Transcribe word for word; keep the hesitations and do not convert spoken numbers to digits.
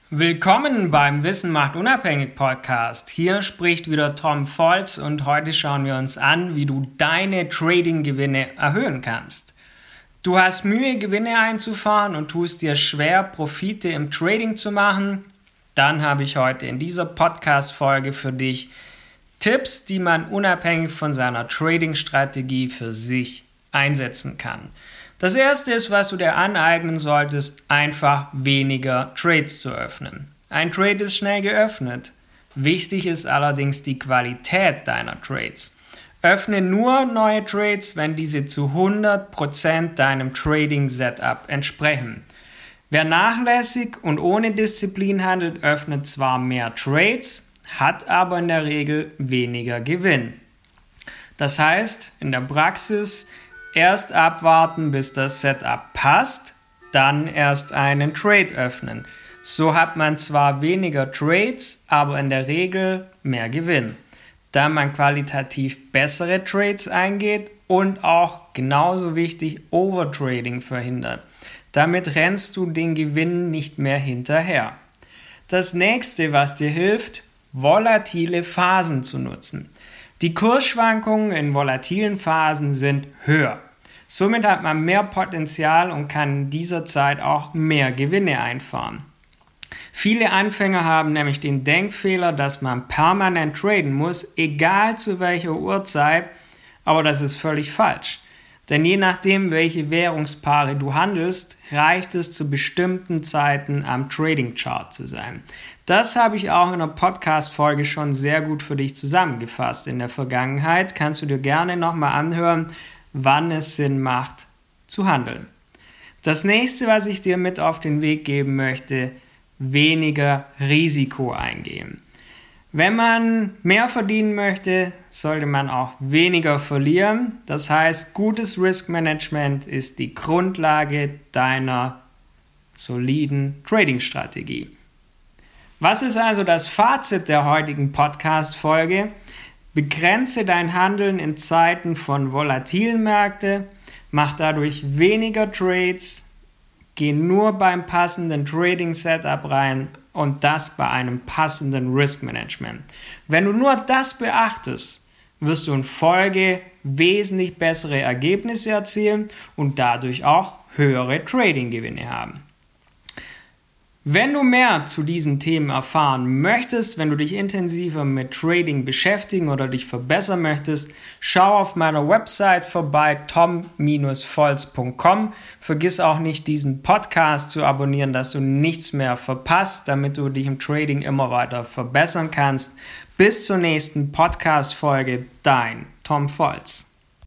Willkommen beim Wissen macht unabhängig Podcast. Hier spricht wieder Tom Volz und heute schauen wir uns an, wie du deine Trading-Gewinne erhöhen kannst. Du hast Mühe, Gewinne einzufahren und tust dir schwer, Profite im Trading zu machen? Dann habe ich heute in dieser Podcast-Folge für dich Tipps, die man unabhängig von seiner Trading-Strategie für sich einsetzen kann. Das erste ist, was du dir aneignen solltest, einfach weniger Trades zu öffnen. Ein Trade ist schnell geöffnet. Wichtig ist allerdings die Qualität deiner Trades. Öffne nur neue Trades, wenn diese zu hundert Prozent deinem Trading-Setup entsprechen. Wer nachlässig und ohne Disziplin handelt, öffnet zwar mehr Trades, hat aber in der Regel weniger Gewinn. Das heißt, in der Praxis erst abwarten, bis das Setup passt, dann erst einen Trade öffnen. So hat man zwar weniger Trades, aber in der Regel mehr Gewinn, da man qualitativ bessere Trades eingeht und auch genauso wichtig Overtrading verhindert. Damit rennst du den Gewinn nicht mehr hinterher. Das nächste, was dir hilft, volatile Phasen zu nutzen. Die Kursschwankungen in volatilen Phasen sind höher. Somit hat man mehr Potenzial und kann in dieser Zeit auch mehr Gewinne einfahren. Viele Anfänger haben nämlich den Denkfehler, dass man permanent traden muss, egal zu welcher Uhrzeit, aber das ist völlig falsch. Denn je nachdem, welche Währungspaare du handelst, reicht es zu bestimmten Zeiten am Trading Chart zu sein. Das habe ich auch in einer Podcast-Folge schon sehr gut für dich zusammengefasst in der Vergangenheit. Kannst du dir gerne nochmal anhören, wann es Sinn macht zu handeln. Das nächste, was ich dir mit auf den Weg geben möchte, weniger Risiko eingehen. Wenn man mehr verdienen möchte, sollte man auch weniger verlieren. Das heißt, gutes Risk Management ist die Grundlage deiner soliden Trading-Strategie. Was ist also das Fazit der heutigen Podcast-Folge? Begrenze dein Handeln in Zeiten von volatilen Märkten, mach dadurch weniger Trades, geh nur beim passenden Trading-Setup rein und das bei einem passenden Risk-Management. Wenn du nur das beachtest, wirst du in Folge wesentlich bessere Ergebnisse erzielen und dadurch auch höhere Trading-Gewinne haben. Wenn du mehr zu diesen Themen erfahren möchtest, wenn du dich intensiver mit Trading beschäftigen oder dich verbessern möchtest, schau auf meiner Website vorbei, tom Bindestrich volz punkt com. Vergiss auch nicht, diesen Podcast zu abonnieren, dass du nichts mehr verpasst, damit du dich im Trading immer weiter verbessern kannst. Bis zur nächsten Podcast-Folge, dein Tom Volz.